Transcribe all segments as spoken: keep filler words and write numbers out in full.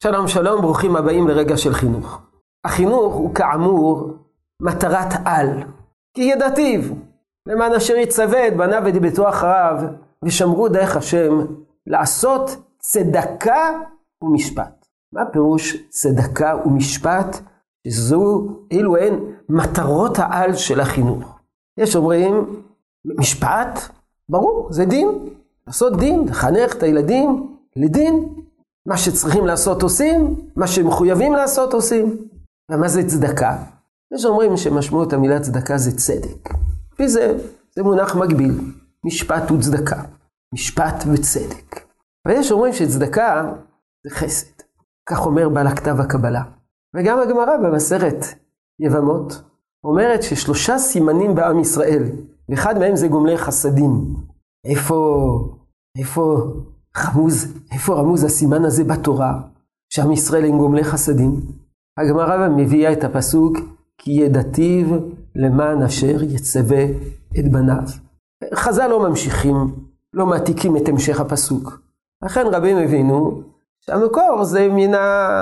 שלום שלום, ברוכים הבאים לרגע של חינוך. החינוך הוא כאמור מטרת על, כי ידעתיו, למען אשר יצווה את בניו ואת ביתו אחריו, ושמרו דרך השם לעשות צדקה ומשפט. מה פירוש צדקה ומשפט? שזו, אלו הן מטרות העל של החינוך. יש אומרים, משפט, ברור, זה דין. לעשות דין, לחנך את הילדים לדין. מה שצריכים לעשות עושים, מה שמחויבים לעשות עושים. ומה זה צדקה? יש אומרים שמשמעות המילה צדקה זה צדק. לפי זה, זה מונח מקביל. משפט וצדקה. משפט וצדק. ויש אומרים שצדקה זה חסד. כך אומר בעל הכתב הקבלה. וגם הגמרא במסכת יבמות אומרת ששלושה סימנים בעם ישראל, ואחד מהם זה גומלי חסדים. איפה, איפה רמוז, איפה רמוז הסימן הזה בתורה, שעם ישראל הם גומלי חסדים? הגמרא מביאה את הפסוק, כי ידעתיו למען אשר יצווה את בניו. חז"ל לא ממשיכים, לא מעתיקים את המשך הפסוק. לכן רבים הבינו שהמקור זה מן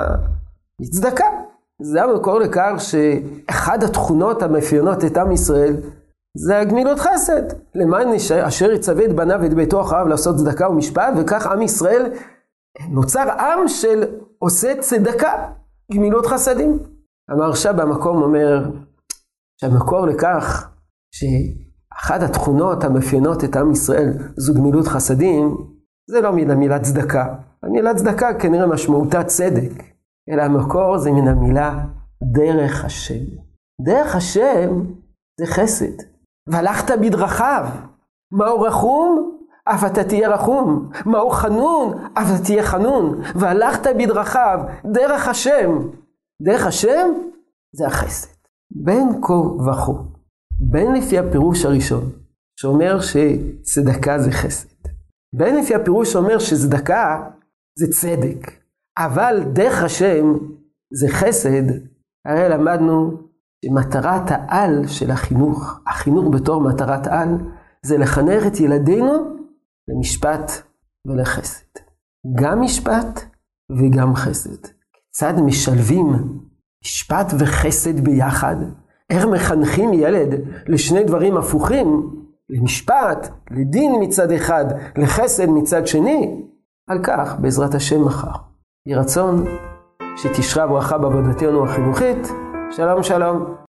הצדקה. זה המקור לכך שאחד התכונות המאפיינות את עם ישראל זה הגמילות חסד. למען אשר יצווה את בניו ואת ביתו אחריו לעשות צדקה ומשפט, וכך עם ישראל נוצר עם של עושה צדקה, גמילות חסדים. המהרש"א במקום אומר שהמקור לכך שאחד התכונות המאפיינות את עם ישראל זו גמילות חסדים, זה לא מן המילה צדקה. המילה צדקה כנראה משמעותה צדק, אלא המקור זה מן המילה דרך השם. דרך השם זה חסד. והלכת בדרכיו. מהו רחום? אף אתה תהיה רחום. מהו חנון? אף אתה תהיה חנון. והלכת בדרכיו. דרך השם. דרך השם זה החסד. בין כה וכה. בין לפי הפירוש הראשון, שאומר שצדקה זה חסד. בין לפי הפירוש שאומר שצדקה זה צדק. אבל דרך השם זה חסד. הרי למדנו שמטרת העל של החינוך, החינוך בתור מטרת על, זה לחנך את ילדינו למשפט ולחסד. גם משפט וגם חסד. כיצד משלבים משפט וחסד ביחד? איך מחנכים ילד לשני דברים הפוכים? למשפט, לדין מצד אחד, לחסד מצד שני? על כך בעזרת השם מחר. יהי רצון שתשרה ברכה בעבודתנו החינוכית. שלום שלום.